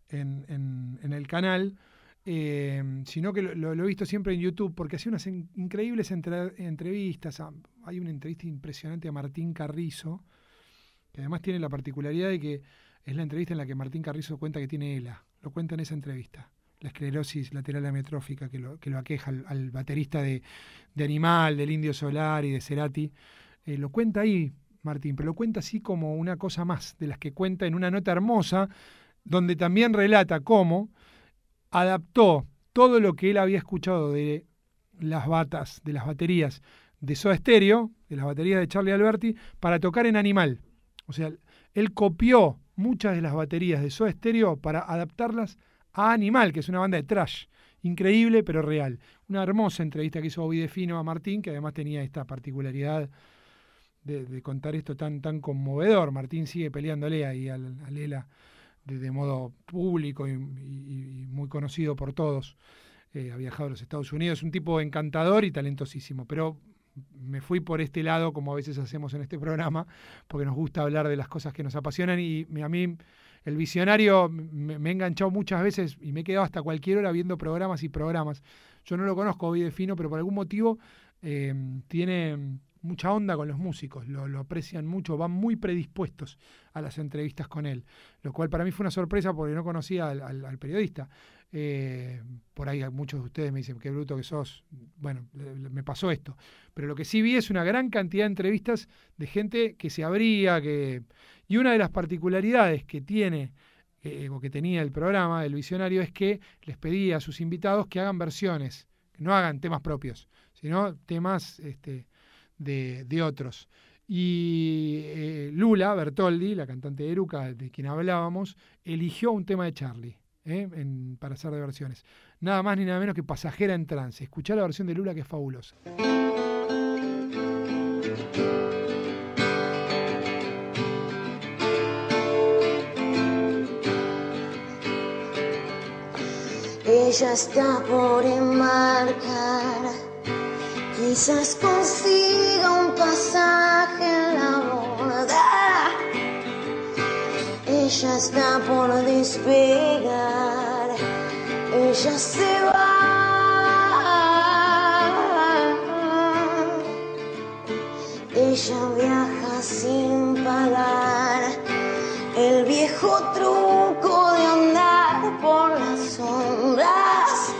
el canal, sino que lo he visto siempre en YouTube, porque hacía unas increíbles entrevistas. Hay una entrevista impresionante a Martín Carrizo, que además tiene la particularidad de que es la entrevista en la que Martín Carrizo cuenta que tiene ELA, lo cuenta en esa entrevista, la esclerosis lateral amiotrófica que lo aqueja al baterista de Animal, del Indio Solar y de Cerati. Lo cuenta ahí Martín, pero lo cuenta así como una cosa más de las que cuenta en una nota hermosa, donde también relata cómo adaptó todo lo que él había escuchado de las baterías de Soda Stereo, de las baterías de Charlie Alberti, para tocar en Animal. O sea, él copió muchas de las baterías de Soda Stereo para adaptarlas a Animal, que es una banda de thrash, increíble pero real. Una hermosa entrevista que hizo Obi de Fino a Martín, que además tenía esta particularidad de contar esto tan conmovedor. Martín sigue peleándole ahí a Lela de modo público y muy conocido por todos. Ha viajado a los Estados Unidos, un tipo encantador y talentosísimo, pero me fui por este lado, como a veces hacemos en este programa, porque nos gusta hablar de las cosas que nos apasionan, y a mí El Visionario me he enganchado muchas veces y me he quedado hasta cualquier hora viendo programas y programas. Yo no lo conozco, Obi de Fino, pero por algún motivo tiene mucha onda con los músicos, lo aprecian mucho, van muy predispuestos a las entrevistas con él, lo cual para mí fue una sorpresa porque no conocía al periodista. Por ahí muchos de ustedes me dicen, qué bruto que sos. Bueno, me pasó esto, pero lo que sí vi es una gran cantidad de entrevistas de gente que se abría, y una de las particularidades que tiene o que tenía el programa, el visionario, es que les pedía a sus invitados que hagan versiones, que no hagan temas propios, sino temas de otros. Y Lula Bertoldi, la cantante de Eruca, de quien hablábamos, eligió un tema de Charlie para hacer de versiones. Nada más ni nada menos que Pasajera en Trance. Escuchá la versión de Lula, que es fabulosa. Ella está por embarcar, quizás consiga un pasaje en la borda. Ella está por despegar, ella se va. Ella viaja sin pagar, el viejo truco de andar por las sombras.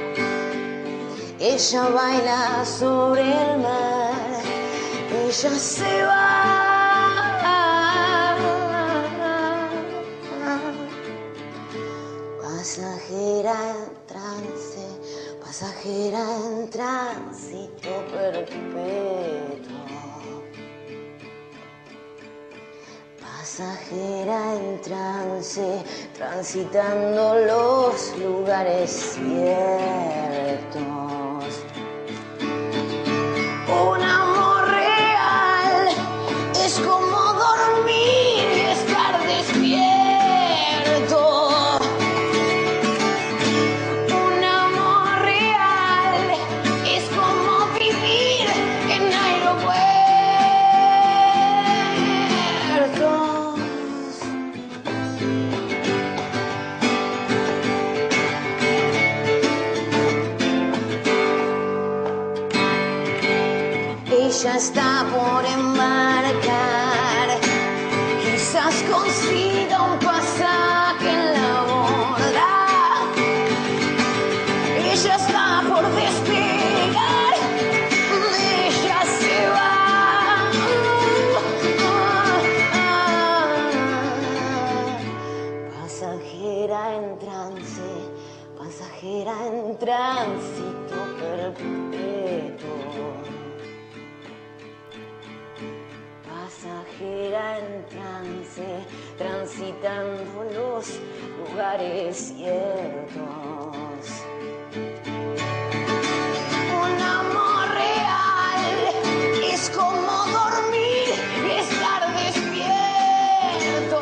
Ella baila sobre el mar, ella se va. Pasajera en trance, pasajera en tránsito perpetuo. Pasajera en trance, transitando los lugares ciertos. Un amor real es como dormir y estar despierto. Un amor real es como vivir en aeropuertos. Ella está por embarcar, quizás consiga un pasaje en la borda. Ella está por despegar, ella se va. Pasajera en trance, pasajera en tránsito perpetuo. Pasajera en trance, transitando los lugares ciertos. Un amor real es como dormir y estar despierto.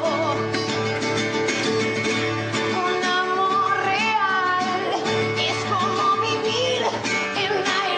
Un amor real es como vivir en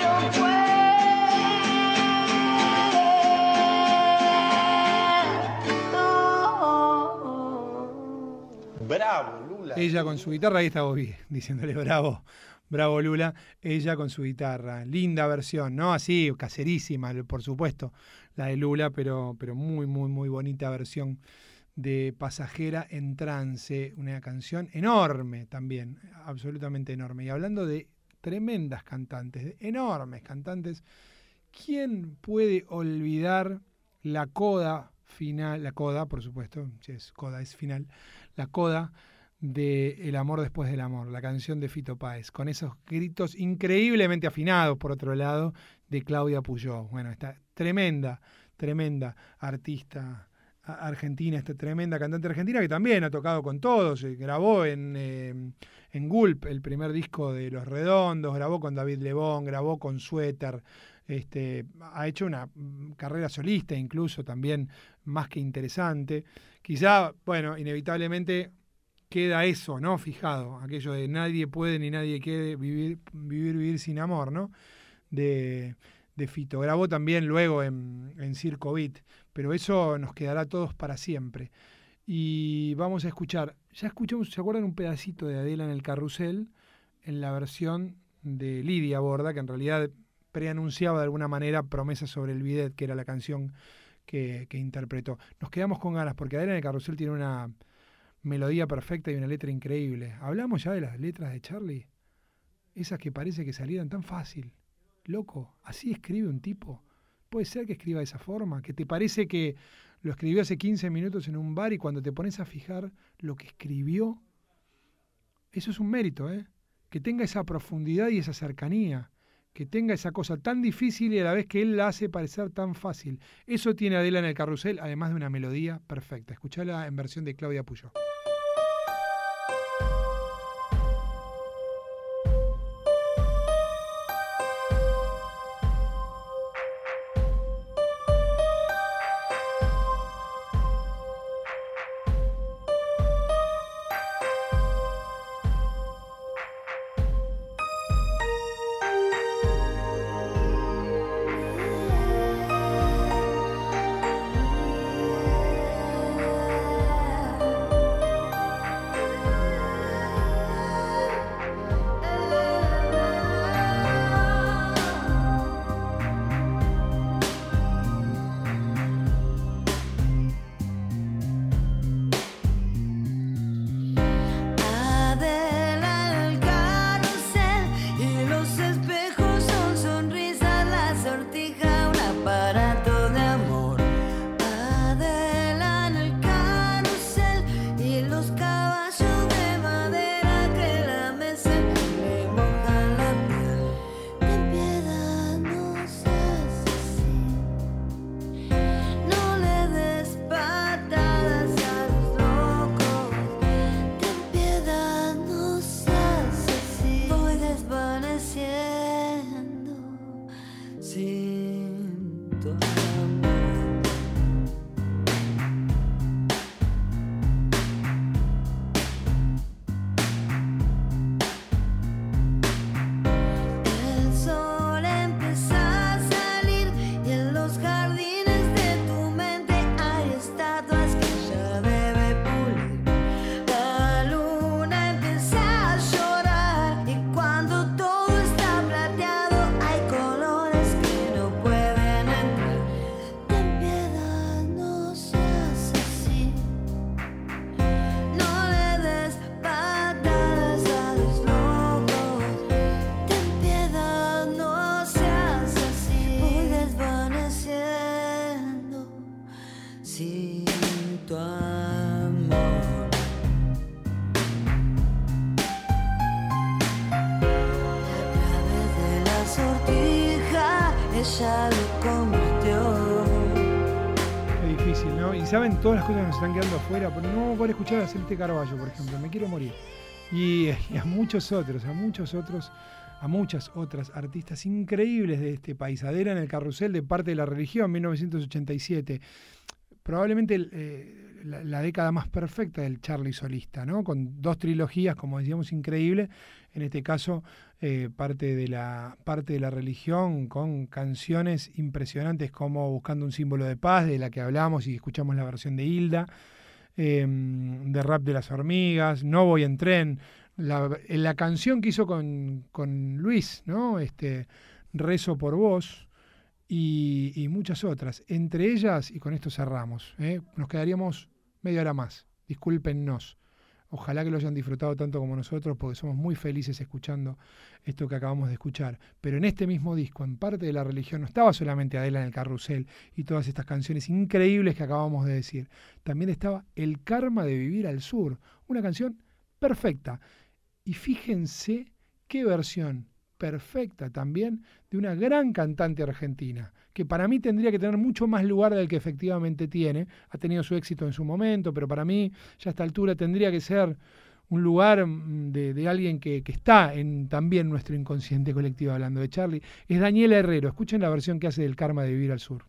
aeropuerto. Bravo, Lula. Ella con su guitarra, ahí está Bobby diciéndole bravo, bravo Lula, ella con su guitarra, linda versión, ¿no? Así, caserísima, por supuesto, la de Lula, pero muy, muy, muy bonita versión de Pasajera en Trance, una canción enorme también, absolutamente enorme. Y hablando de tremendas cantantes, de enormes cantantes, ¿quién puede olvidar la coda final, la coda, por supuesto, si es coda es final, la coda de El amor después del amor, la canción de Fito Páez, con esos gritos increíblemente afinados, por otro lado, de Claudia Puyó? Bueno, esta tremenda artista argentina, esta tremenda cantante argentina que también ha tocado con todos, grabó en Gulp, el primer disco de Los Redondos, grabó con David Lebón, grabó con Suéter, ha hecho una carrera solista incluso también más que interesante. Quizá, bueno, inevitablemente queda eso, ¿no? Fijado, aquello de nadie puede ni nadie quiere vivir sin amor, ¿no? De Fito. Grabó también luego en Circo Beat, pero eso nos quedará a todos para siempre. Y vamos a escuchar, ya escuchamos, ¿se acuerdan un pedacito de Adela en el Carrusel? En la versión de Lidia Borda, que en realidad preanunciaba de alguna manera Promesas sobre el bidet, que era la canción que interpretó. Nos quedamos con ganas, porque Adela en el Carrusel tiene una melodía perfecta y una letra increíble. ¿Hablamos ya de las letras de Charlie? Esas que parece que salieran tan fácil. Loco, así escribe un tipo. ¿Puede ser que escriba de esa forma? ¿Que te parece que lo escribió hace 15 minutos en un bar y cuando te pones a fijar lo que escribió, eso es un mérito, ¿eh? Que tenga esa profundidad y esa cercanía, que tenga esa cosa tan difícil y a la vez que él la hace parecer tan fácil. Eso tiene Adela en el Carrusel, además de una melodía perfecta. Escuchala en versión de Claudia Puyó. ella lo convirtió. Qué difícil, ¿no? Y saben todas las cosas que nos están quedando afuera, pero no vamos a poder escuchar a Celeste Carballo, por ejemplo, Me quiero morir. Y a muchas otras artistas increíbles de este país. Adela en el Carrusel de Parte de la Religión, 1987. Probablemente la década más perfecta del Charly solista, ¿no? Con 2 trilogías, como decíamos, increíbles. En este caso, parte de la Religión, con canciones impresionantes como Buscando un símbolo de paz, de la que hablamos y escuchamos la versión de Hilda, de Rap de las Hormigas, No voy en tren, la canción que hizo con Luis, ¿no? Rezo por vos. Y muchas otras, entre ellas, y con esto cerramos, nos quedaríamos media hora más, discúlpennos, ojalá que lo hayan disfrutado tanto como nosotros, porque somos muy felices escuchando esto que acabamos de escuchar, pero en este mismo disco, en Parte de la Religión, no estaba solamente Adela en el Carrusel y todas estas canciones increíbles que acabamos de decir, también estaba El Karma de Vivir al Sur, una canción perfecta, y fíjense qué versión perfecta también de una gran cantante argentina, que para mí tendría que tener mucho más lugar del que efectivamente tiene. Ha tenido su éxito en su momento, pero para mí ya a esta altura tendría que ser un lugar de alguien que está en también nuestro inconsciente colectivo, hablando de Charly. Es Daniela Herrero. Escuchen la versión que hace del Karma de Vivir al Sur.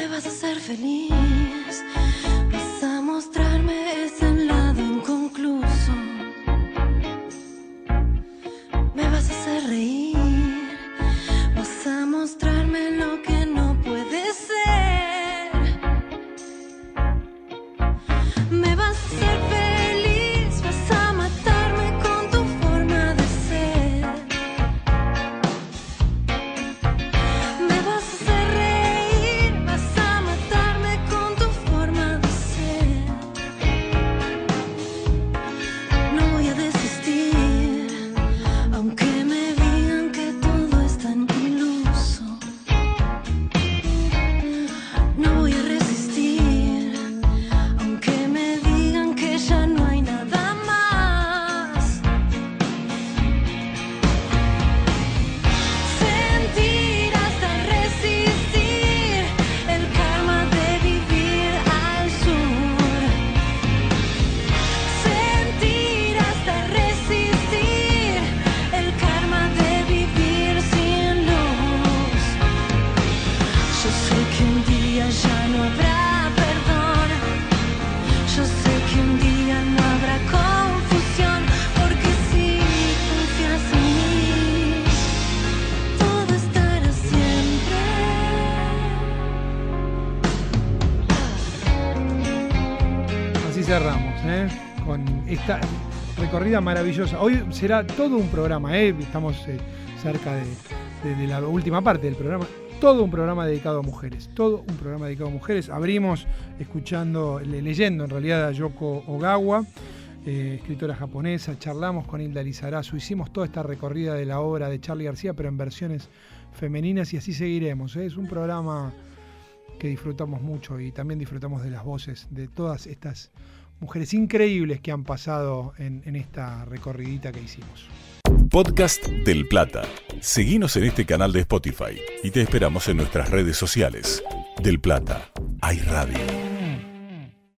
Me vas a hacer feliz, vas a mostrarme ese lado inconcluso. Me vas a hacer reír, vas a mostrarme lo que no puede ser. Me vas a hacer feliz, vas a matarme con tu forma de ser. Me vas a hacer reír, vas a matarme con tu forma de ser. No voy a desistir, aunque me digan que todo es tan iluso. No voy a resistir, aunque me digan que ya no hay nada más. Sentir hasta resistir el karma de vivir al sur. Sentir hasta resistir el karma de vivir sin luz. Yo sé que un día ya no habrá perdón. Yo sé que un día no habrá confusión. Porque si confías en mí, todo estará siempre. Así cerramos, con esta recorrida maravillosa. Hoy será todo un programa, estamos cerca de la última parte del programa. Todo un programa dedicado a mujeres. Todo un programa dedicado a mujeres. Abrimos leyendo en realidad a Yoko Ogawa, escritora japonesa. Charlamos con Hilda Lizarazu. Hicimos toda esta recorrida de la obra de Charly García, pero en versiones femeninas, y así seguiremos. Es un programa que disfrutamos mucho y también disfrutamos de las voces de todas estas mujeres increíbles que han pasado en esta recorridita que hicimos. Podcast del Plata. Seguinos en este canal de Spotify y te esperamos en nuestras redes sociales. Del Plata, hay radio.